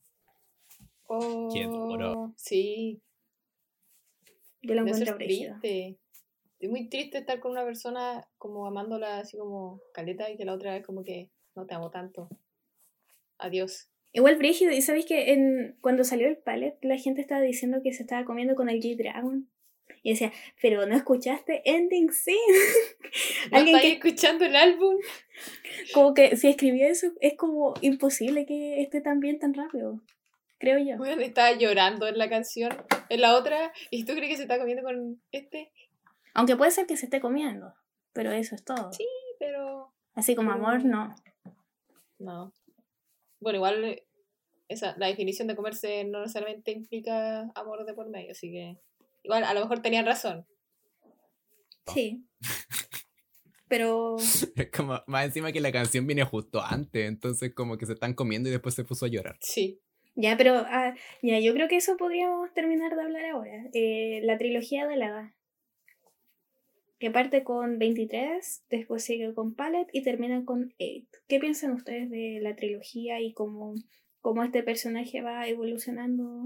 Qué duro. Sí. Yo lo Debe encuentro ser brígido. triste. Es muy triste estar con una persona como amándola así como caleta y que la otra vez como que no te amo tanto. Adiós. Igual brígido. Y sabéis que cuando salió el palette, la gente estaba diciendo que se estaba comiendo con el G-Dragon. Y decía, pero no escuchaste Ending Scene. ¿No estáis escuchando el álbum? Como que si escribió eso, es como imposible que esté tan bien tan rápido. Creo yo. Bueno, estaba llorando en la canción, en la otra, y tú crees que se está comiendo con este. Aunque puede ser que se esté comiendo, pero eso es todo. Sí, pero... Así como amor, no. No. Bueno, igual la definición de comerse no necesariamente implica amor de por medio, así que igual a lo mejor tenían razón. Sí. Pero... Es como, más encima que la canción viene justo antes, entonces como que se están comiendo y después se puso a llorar. Sí. Ya, pero ya, yo creo que eso podríamos terminar de hablar ahora. La trilogía de Hada. Que parte con 23, después sigue con Palette y termina con 8. ¿Qué piensan ustedes de la trilogía y cómo este personaje va evolucionando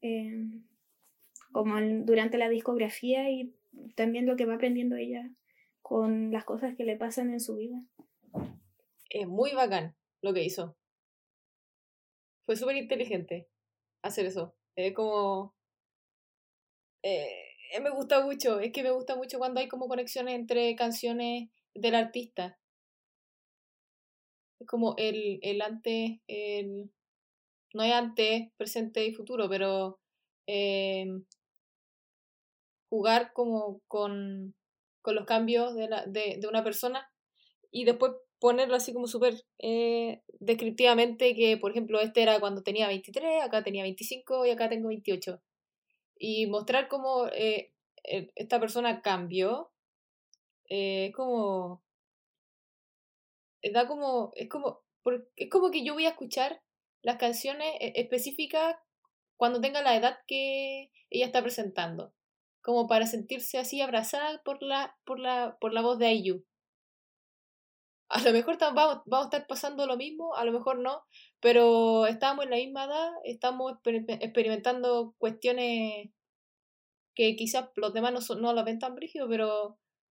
durante la discografía y también lo que va aprendiendo ella con las cosas que le pasan en su vida? Es muy bacán lo que hizo. Fue súper inteligente hacer eso. Como... me gusta mucho. Es que me gusta mucho cuando hay como conexiones entre canciones del artista. Es como el antes, no es antes, presente y futuro, pero jugar como con los cambios de una persona y después ponerlo así como súper descriptivamente que, por ejemplo, este era cuando tenía 23, acá tenía 25 y acá tengo 28. Y mostrar cómo esta persona cambió, como da como, es como que yo voy a escuchar las canciones específicas cuando tenga la edad que ella está presentando, como para sentirse así abrazada por la voz de IU. A lo mejor vamos a estar pasando lo mismo, a lo mejor no, pero estamos en la misma edad, estamos experimentando cuestiones que quizás los demás no lo ven tan brígido, pero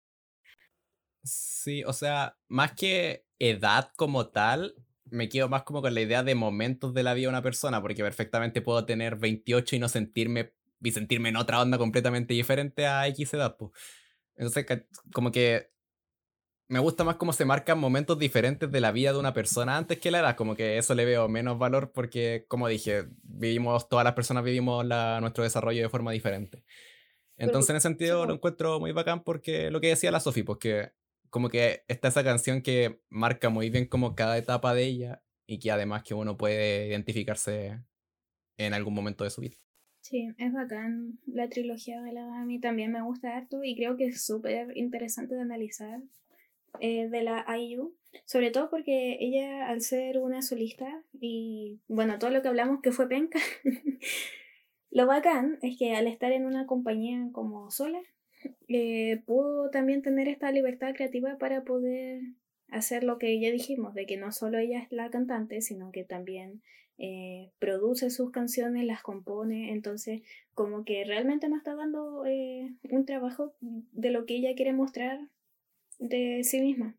Sí, o sea, más que edad como tal, me quedo más como con la idea de momentos de la vida de una persona, porque perfectamente puedo tener 28 y no sentirme en otra onda completamente diferente a X edad, pues. Entonces, como que me gusta más cómo se marcan momentos diferentes de la vida de una persona antes que la edad, como que eso le veo menos valor porque, como dije, todas las personas vivimos nuestro desarrollo de forma diferente. Entonces, en ese sí, sentido, lo po. encuentro muy bacán porque lo que decía la Sofi, pues que como que está esa canción que marca muy bien como cada etapa de ella y que además que uno puede identificarse en algún momento de su vida. Sí, es bacán la trilogía de la a mí también me gusta harto y creo que es súper interesante de analizar de la IU, sobre todo porque ella al ser una solista y bueno, todo lo que hablamos que fue penca, lo bacán es que al estar en una compañía como sola, pudo también tener esta libertad creativa para poder hacer lo que ya dijimos, de que no solo ella es la cantante, sino que también produce sus canciones, las compone, entonces como que realmente nos está dando un trabajo de lo que ella quiere mostrar de sí misma.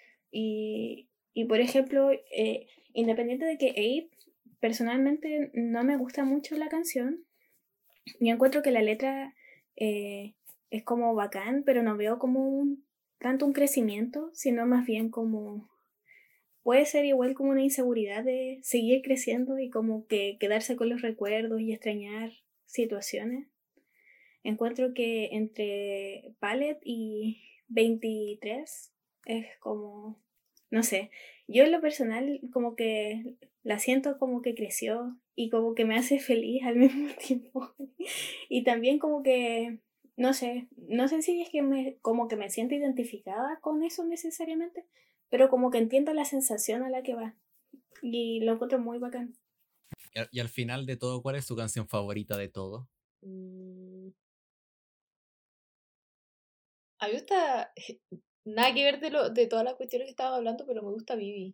Y por ejemplo, independiente de que Abe, personalmente no me gusta mucho la canción, yo encuentro que la letra eh, es como bacán, pero no veo como tanto un crecimiento, sino más bien como puede ser igual como una inseguridad de seguir creciendo y como que quedarse con los recuerdos y extrañar situaciones. Encuentro que entre Palette y 23 es como, no sé, yo en lo personal como que la siento como que creció y como que me hace feliz al mismo tiempo. Y también como que, no sé si es que como que me siento identificada con eso necesariamente, pero como que entiendo la sensación a la que va y lo encuentro muy bacán. Y al final de todo, ¿cuál es tu canción favorita de todo? Mm, a mí me gusta, nada que ver de todas las cuestiones que estaba hablando, pero me gusta Vivi.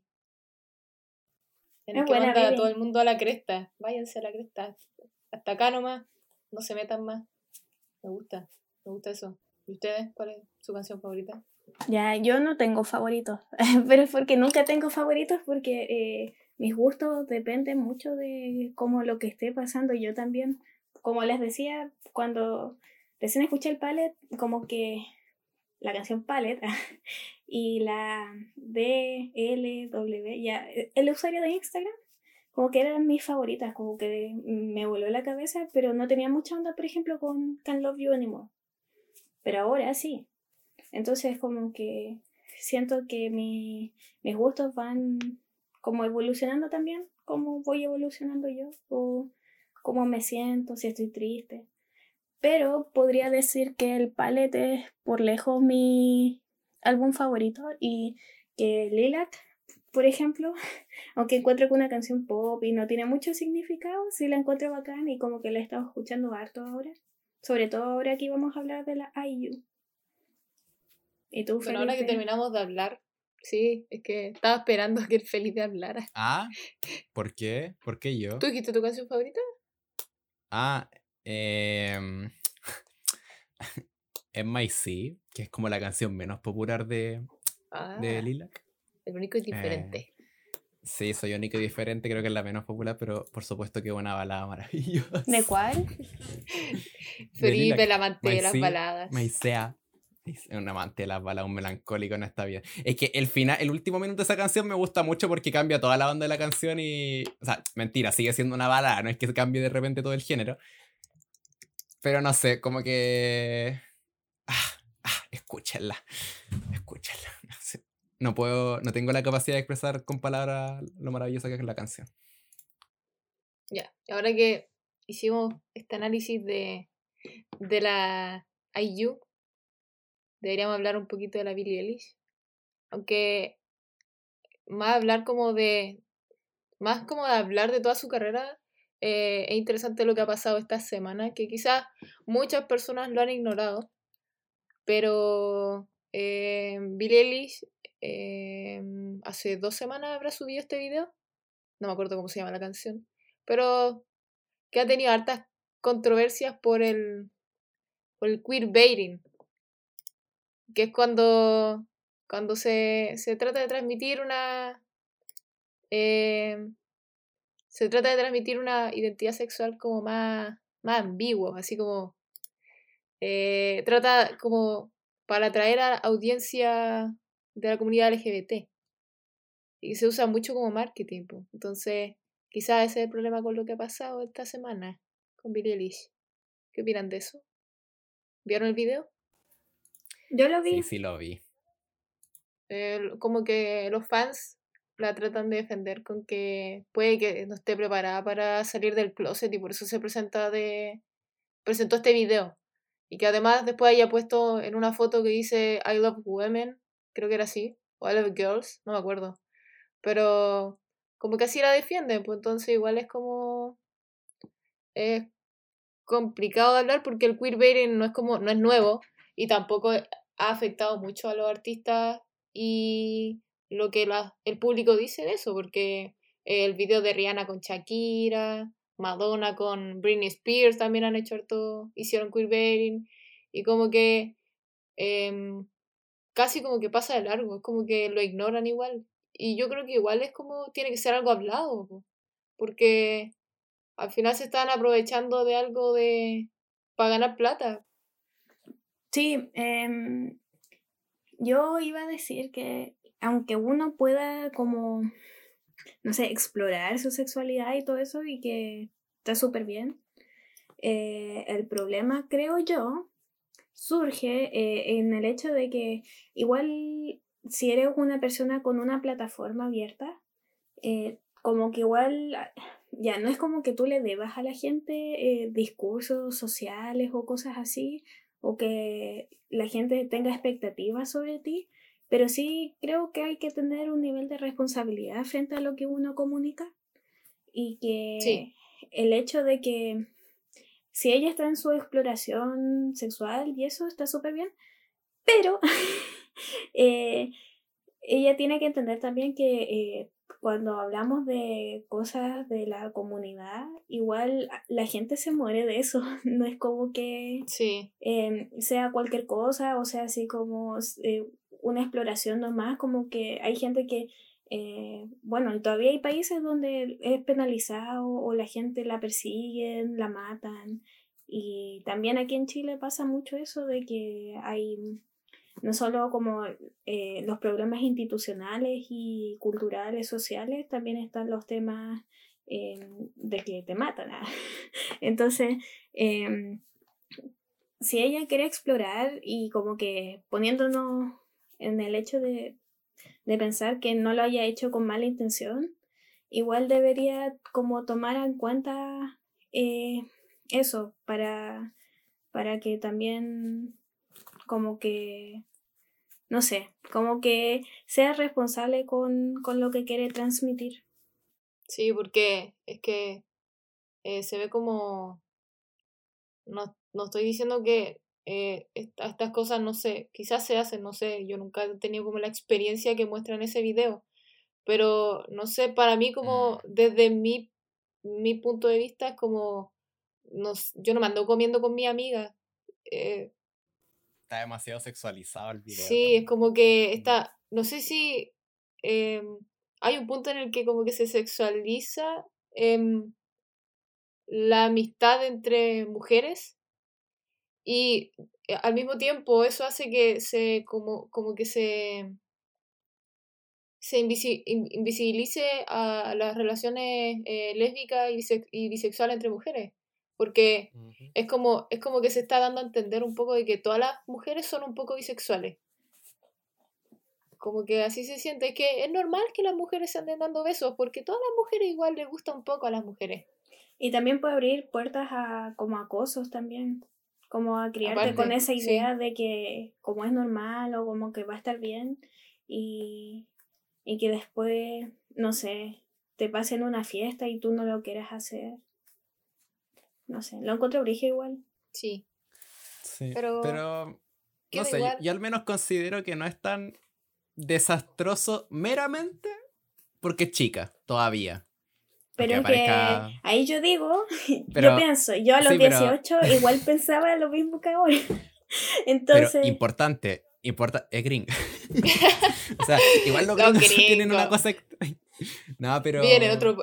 En el Es que buena, manda a todo Vivi. el mundo a la cresta. Váyanse a la cresta. Hasta acá nomás. No se metan más. Me gusta. Me gusta eso. ¿Y ustedes? ¿Cuál es su canción favorita? Ya, yo no tengo favoritos, pero es porque nunca tengo favoritos porque mis gustos dependen mucho de cómo lo que esté pasando yo también. Como les decía, cuando recién escuché el Palette, como que la canción Palette y la DLW, ya, el usuario de Instagram, como que eran mis favoritas, como que me voló la cabeza, pero no tenía mucha onda, por ejemplo, con Can't Love You Anymore. Pero ahora sí. Entonces como que siento que mis gustos van como evolucionando también, como voy evolucionando yo, o cómo me siento, si estoy triste. Pero podría decir que el Palette es por lejos mi álbum favorito y que Lilac, por ejemplo, aunque encuentro que una canción pop y no tiene mucho significado, sí la encuentro bacán y como que la he estado escuchando harto ahora. Sobre todo ahora que vamos a hablar de la IU. ¿Y tú, Bueno, ahora que Felipe? terminamos de hablar, sí, es que estaba esperando a que el Felipe hablara. Ah, ¿por qué? ¿Por qué yo? ¿Tú dijiste tu canción favorita? Ah, eh, MIC, que es como la canción menos popular de Ah, Lilac. el único es Eh, diferente. sí, soy único y diferente, creo que es la menos popular, pero por supuesto que es una balada maravillosa. ¿De cuál? De Felipe, Lilac, el amante de las MIC, baladas. Maicea. Es un amante de las balas, un melancólico en esta vida. Es que el final, el último minuto de esa canción me gusta mucho porque cambia toda la onda de la canción y. O sea, mentira, sigue siendo una balada, no es que cambie de repente todo el género. Pero no sé, como que. Ah, escúchenla. Escúchenla. No sé. No puedo, no tengo la capacidad de expresar con palabras lo maravillosa que es la canción. Ya, y ahora que hicimos este análisis de la IU, deberíamos hablar un poquito de la Billie Eilish. Aunque más hablar como de, más como de hablar de toda su carrera, es interesante lo que ha pasado esta semana, que quizás muchas personas lo han ignorado, pero Billie Eilish hace 2 semanas habrá subido este video, no me acuerdo cómo se llama la canción, pero que ha tenido hartas controversias por el queerbaiting, que es cuando se trata de transmitir eh, se trata de transmitir una identidad sexual como más ambigua, así como trata como para atraer a audiencia de la comunidad LGBT y se usa mucho como marketing, po. Entonces quizás ese es el problema con lo que ha pasado esta semana con Billie Eilish. ¿Qué opinan de eso? ¿Vieron el video? Yo lo vi. Sí, lo vi. Como que los fans la tratan de defender con que puede que no esté preparada para salir del closet y por eso presentó este video. Y que además después haya puesto en una foto que dice I love women, creo que era así, o I love girls, no me acuerdo. Pero como que así la defienden, pues entonces igual es complicado de hablar porque el queerbaiting no es nuevo y tampoco ha afectado mucho a los artistas y lo que el público dice de eso, porque el video de Rihanna con Shakira, Madonna con Britney Spears también han hecho hicieron queerbaiting y como que em, casi como que pasa de largo, es como que lo ignoran igual. Y yo creo que igual es como tiene que ser algo hablado, po, porque al final se están aprovechando de algo para ganar plata. Sí, yo iba a decir que aunque uno pueda como, no sé, explorar su sexualidad y todo eso y que está súper bien, el problema, creo yo, surge en el hecho de que igual si eres una persona con una plataforma abierta, como que igual ya no es como que tú le debas a la gente discursos sociales o cosas así, o que la gente tenga expectativas sobre ti, pero sí creo que hay que tener un nivel de responsabilidad frente a lo que uno comunica y Sí, que el hecho de que si ella está en su exploración sexual y eso está súper bien, pero eh, ella tiene que entender también que cuando hablamos de cosas de la comunidad, igual la gente se muere de eso, no es como que sí, sea cualquier cosa, o sea, así como una exploración nomás, como que hay gente que, bueno, y todavía hay países donde es penalizado o la gente la persiguen, la matan, y también aquí en Chile pasa mucho eso de que hay no solo como los problemas institucionales y culturales, sociales, también están los temas de que te matan. Entonces, eh, si ella quiere explorar y como que poniéndonos en el hecho de pensar que no lo haya hecho con mala intención, igual debería como tomar en cuenta eh, eso para que también como que no sé, como que sea responsable con lo que quiere transmitir. sí, porque es que se ve como, no estoy diciendo que estas cosas, no sé, quizás se hacen, no sé, yo nunca he tenido como la experiencia que muestra en ese video, pero no sé, para mí como desde mi punto de vista es como, yo no me ando comiendo con mi amiga. eh, Está demasiado sexualizado el video Sí, es también. como que está, no sé si hay un punto en el que como que se sexualiza la amistad entre mujeres y al mismo tiempo eso hace que como que se invisibilice a las relaciones lésbicas y bisexuales entre mujeres, porque Ujú. es como que se está dando a entender un poco de que todas las mujeres son un poco bisexuales. Como que así se siente. Es que es normal que las mujeres se anden dando besos, porque todas las mujeres igual les gusta un poco a las mujeres. Y también puede abrir puertas a como acosos también, como a criarte con Aparte, esa sí, idea de que como es normal o como que va a estar bien y y que después, no sé, te pasen una fiesta y tú no lo quieras hacer. No sé, lo encuentro brígido igual. Sí, Sí, pero pero no queda sé, igual. yo al menos considero que no es tan desastroso meramente porque es chica, todavía. Pero Aunque me es que parezca... ahí yo digo, yo Pero, pienso, yo a los sí, 18 igual pensaba lo mismo que ahora. pero Entonces, es gringa. O sea, igual los Los gringos tienen una gringos. cosa extraña. No, Viven pero...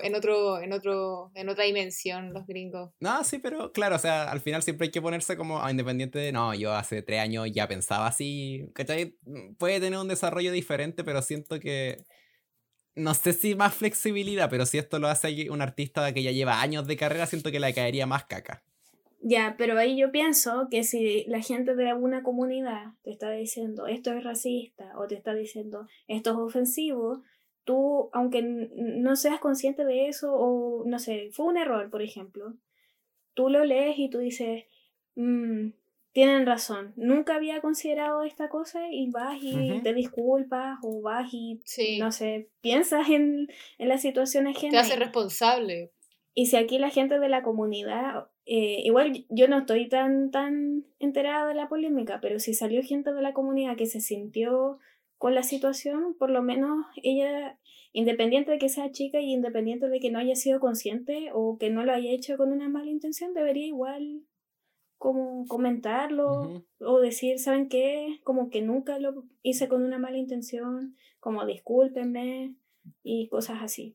en otra dimensión los gringos. No, sí, pero claro, o sea, al final siempre hay que ponerse como a independiente de, no, yo hace 3 años ya pensaba así, ¿cachai? Puede tener un desarrollo diferente, pero siento que, no sé si más flexibilidad, pero si esto lo hace un artista que ya lleva años de carrera, siento que le caería más caca. ya, pero ahí yo pienso que si la gente de alguna comunidad te está diciendo esto es racista o te está diciendo esto es ofensivo, tú, aunque no seas consciente de eso o no sé, fue un error, por ejemplo, tú lo lees y tú dices, "Mm, tienen razón, nunca había considerado esta cosa", y vas y Ujú. te disculpas o vas y, no Sí, sé, piensas en la situación te ajena. hace responsable. Y si aquí la gente de la comunidad, igual yo no estoy tan enterada de la polémica, pero si salió gente de la comunidad que se sintió con la situación, por lo menos ella, independiente de que sea chica y independiente de que no haya sido consciente o que no lo haya hecho con una mala intención, debería igual como comentarlo Ujú. o decir, ¿saben qué? Como que nunca lo hice con una mala intención, como discúlpenme y cosas así.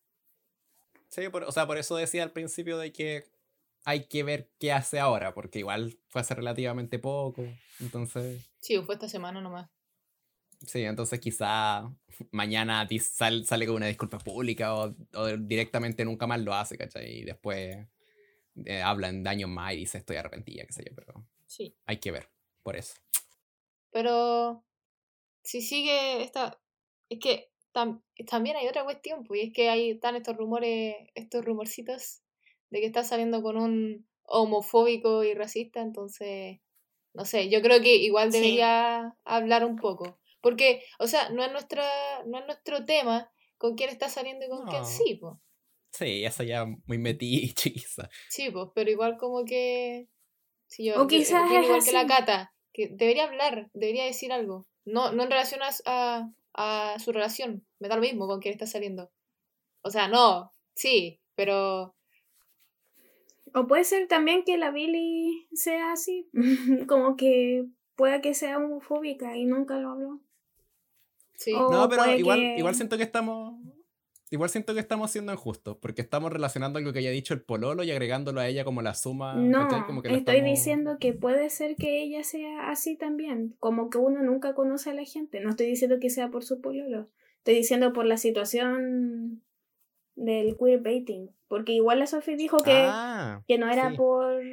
Sí, o sea, por eso decía al principio de que hay que ver qué hace ahora, porque igual fue hace relativamente poco, entonces... Sí, fue esta semana nomás. Sí, entonces quizá mañana sale con una disculpa pública o directamente nunca más lo hace, ¿cachai? Y después habla en años más y dice estoy arrepentida, qué sé yo, pero Sí. hay que ver, por eso. Pero si sigue esta... Es que también hay otra cuestión, pues, y es que están estos rumores, estos rumorcitos de que está saliendo con un homofóbico y racista, entonces, no sé, yo creo que igual Sí. debería hablar un poco. Porque, o sea, no es nuestro tema con quién está saliendo y con quién No, sí, pues. sí, eso ya muy metiche quizá. Sí, pues, pero igual como que, si O yo quizás opino es igual que la así. Cata, que debería hablar, debería decir algo. No en relación a su relación, me da lo mismo con quién está saliendo. O sea, no, sí, pero O puede ser también que la Billy sea así, como que pueda que sea homofóbica y nunca lo habló. sí. No, O pero puede igual que... siento que estamos. Igual siento que estamos siendo injustos, porque estamos relacionando algo que haya dicho el pololo y agregándolo a ella como la suma, ¿cachai? Como No, que la estoy estamos. diciendo que puede ser que ella sea así también, como que uno nunca conoce a la gente. No estoy diciendo que sea por su pololo, estoy diciendo por la situación del queerbaiting, porque igual la Sophie dijo Ah, que no era sí.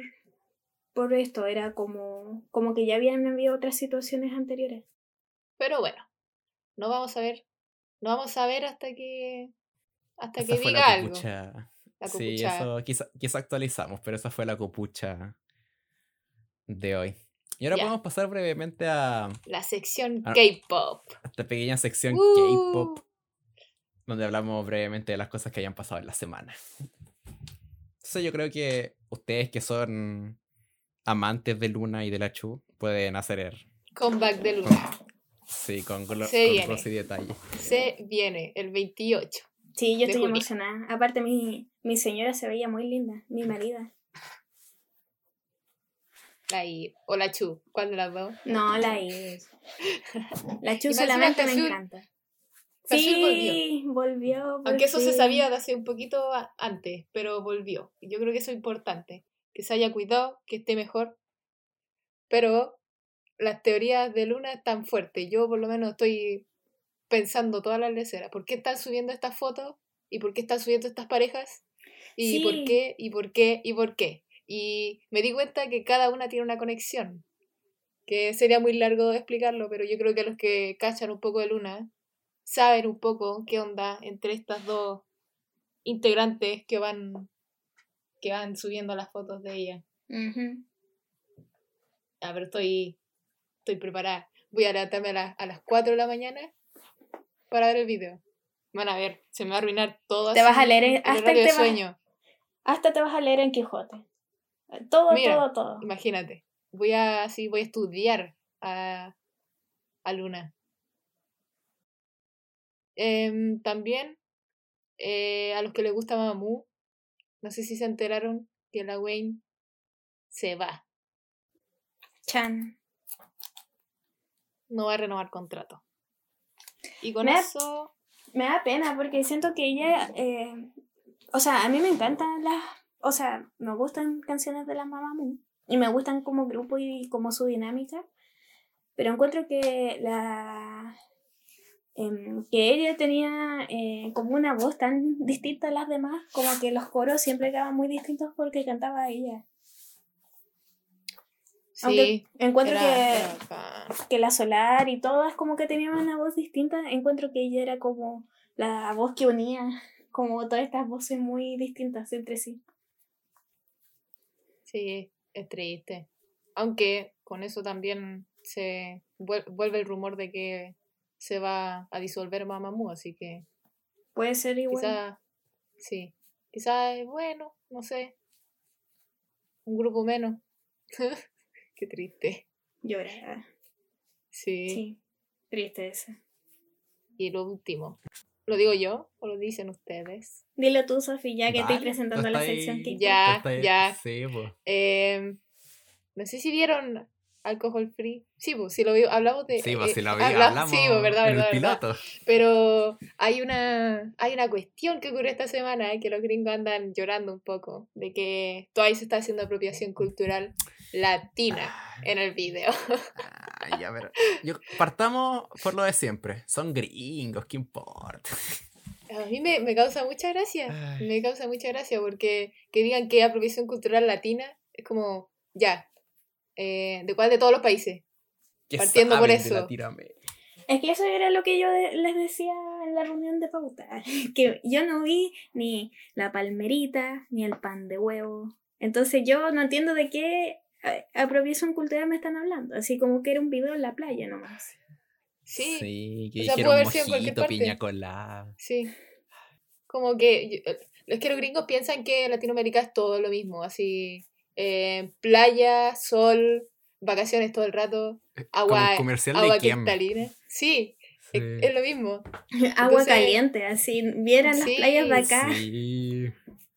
por esto, era como que ya habían habido otras situaciones anteriores. Pero bueno, no vamos a ver, no vamos a ver hasta Esa que fue la diga algo, copucha. la Sí, copuchada. eso quizá actualizamos, pero esa fue la copucha de hoy. Y ahora Ya, podemos pasar brevemente a la sección a K-pop. esta pequeña sección K-pop, ¡Uh! donde hablamos brevemente de las cosas que hayan pasado en la semana. Entonces yo creo que ustedes que son amantes de Luna y de la Chu pueden hacer Comeback de con, Luna. sí, Se con gozo y viene, detalle. se viene el 28 Sí, yo de estoy junio. emocionada. Aparte, mi señora se veía muy linda, mi marida. O la Chu, ¿cuál de las dos? No, la Iris. La Chu Y más encima solamente me encanta. Taesur volvió. Sí, volvió por Aunque eso se fin. sabía de hace un poquito antes, pero volvió. Y yo creo que eso es importante. Que se haya cuidado, que esté mejor. Pero las teorías de Luna están fuertes. Yo por lo menos estoy pensando todas las leceras. ¿Por qué están subiendo estas fotos? ¿Y por qué están subiendo estas parejas? ¿Y por Sí, qué? ¿Y por qué? ¿Y por qué? Y me di cuenta que cada una tiene una conexión. Que sería muy largo explicarlo, pero yo creo que los que cachan un poco de Luna saben un poco qué onda entre estas dos integrantes que van subiendo las fotos de ella. ujú. Pero estoy preparada. Voy a levantarme a las 4 de la mañana para ver el video. Van a ver, se me va a arruinar todo. Te vas a leer el hasta horario el de tema. sueño. Hasta te vas a leer en Quijote. Todo, Mira, todo. Imagínate. Voy a estudiar a Luna. También, a los que les gusta Mamamoo, no sé si se enteraron que la Wayne se va. Chan. No va a renovar contrato. Y con Me da- eso... Me da pena porque siento que ella, o sea, a mí me encantan o sea, me gustan canciones de la Mamamoo y me gustan como grupo y como su dinámica, pero encuentro que que ella tenía como una voz tan distinta a las demás, como que los coros siempre quedaban muy distintos porque cantaba ella. Aunque Sí, encuentro era bacán. que la Solar y todas como que tenían una voz distinta, encuentro que ella era como la voz que unía como todas estas voces muy distintas entre sí. Sí, es triste. Aunque con eso también se vuelve el rumor de que se va a disolver Mamamoo, así que Puede ser igual. quizás, sí, quizás es bueno, no sé, un grupo menos. Qué triste. Llorar. Sí. Sí, triste eso. Y lo último, ¿lo digo yo o lo dicen ustedes? Dilo tú, Sofi, ya que estoy Dale, presentando tú la estás sección ahí- K-pop. Ya, tú estás ahí- ya. Sí, pues. No sé si vieron Alcohol Free. Sí, pues, si lo vi, hablamos de... Sí, pues si lo vi, hablamos, sí, pues, verdad, en el verdad. piloto. Pero hay una cuestión que ocurrió esta semana, que los gringos andan llorando un poco, de que Twice está haciendo apropiación cultural latina en el video. Ay, ya, pero partamos por lo de siempre. Son gringos, ¿qué importa? A mí me causa mucha gracia, Ay. me causa mucha gracia porque que digan que apropiación cultural latina es como, ya, ¿de cuál de todos los países? ¿Qué Partiendo por saben de eso. Latinoamérica? Es que eso era lo que yo les decía en la reunión de pauta, que yo no vi ni la palmerita, ni el pan de huevo. Entonces yo no entiendo de qué apropiación cultural me están hablando, así como que era un video en la playa nomás. Sí, que o sea, pudo dijeron haber sido en cualquier mojito, parte. piña colada. Sí. Como que es que los gringos piensan que Latinoamérica es todo lo mismo, así playa, sol, vacaciones todo el rato, Como agua, el comercial de agua Kiem. cristalina. Sí, Sí. es lo mismo. Agua Entonces, caliente, así vieran las sí, playas de acá. Sí.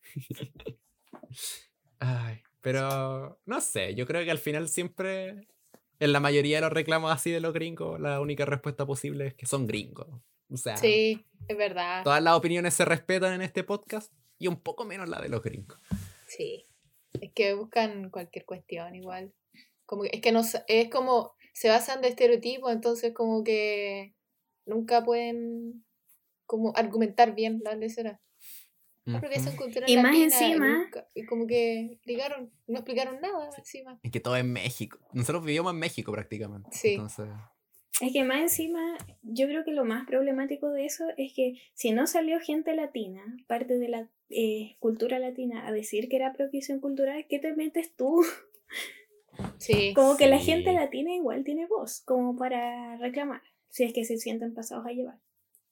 Ay, pero no sé, yo creo que al final siempre, en la mayoría de los reclamos así de los gringos, la única respuesta posible es que son gringos. O sea, Sí, es verdad. todas las opiniones se respetan en este podcast y un poco menos la de los gringos. Sí. Es que buscan cualquier cuestión igual. Como que, es que no es como se basan de estereotipos, entonces como que nunca pueden como argumentar bien la lecera. Apropiación cultural Y más latina, encima- y como que no explicaron nada encima. Es que todo es México. Nosotros vivimos en México prácticamente. Sí. Entonces, Es que más encima, yo creo que lo más problemático de eso es que si no salió gente latina, parte de la cultura latina, a decir que era apropiación cultural, ¿qué te metes tú? Sí. Como que la Sí. gente latina igual tiene voz, como para reclamar, si es que se sienten pasados a llevar.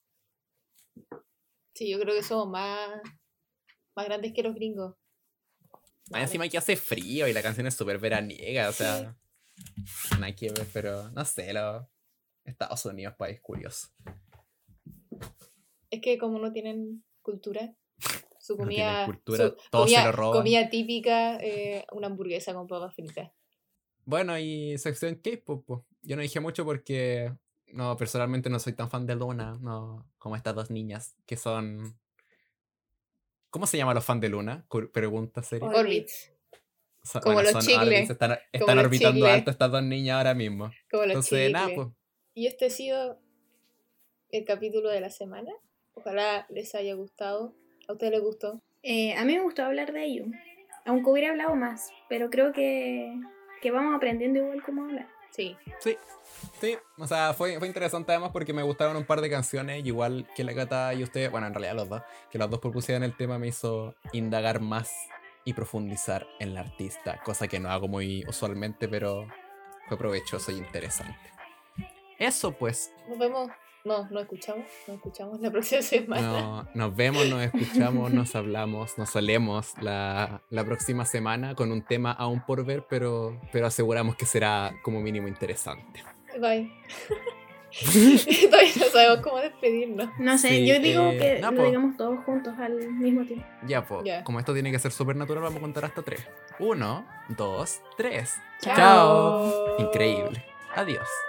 Sí, yo creo que somos más grandes que los gringos. más encima que hace frío y la canción es súper veraniega, o sea, nada que ver, pero no sé, Estados Unidos, país curioso. Es que como no tienen cultura, su No comida, tienen cultura, todo se lo roban. comida típica, una hamburguesa con papas fritas. Bueno, y sección K-pop, po. Yo no dije mucho porque no, personalmente no soy tan fan de Luna, no, como estas dos niñas que son. ¿Cómo se llaman los fans de Luna? Pregunta seria. Orbits, Son, como los son chicles, Orbits, están los orbitando chicles. alto estas dos niñas ahora mismo. como los Entonces, nada, chicles. pues. Y este ha sido el capítulo de la semana. Ojalá les haya gustado. ¿A ustedes les gustó? A mí me gustó hablar de ello, aunque hubiera hablado más, pero creo que vamos aprendiendo igual cómo hablar. Sí. Sí, o sea, fue interesante además porque me gustaron un par de canciones, y igual que la Cata y ustedes, bueno, en realidad los dos, que los dos propusieran el tema me hizo indagar más y profundizar en la artista, cosa que no hago muy usualmente, pero fue provechoso y interesante. Eso pues, Nos nos escuchamos la próxima semana. No, nos vemos, nos escuchamos, nos hablamos, nos solemos la próxima semana con un tema aún por ver, pero aseguramos que será como mínimo interesante. Bye. Todavía no sabemos cómo despedirnos. No sé, Sí, yo digo que no, lo po. digamos todos juntos al mismo tiempo. Ya, pues, Ya. como esto tiene que ser súper natural, vamos a contar hasta 3. 1, 2, 3. Chao. Chao. Increíble. Adiós.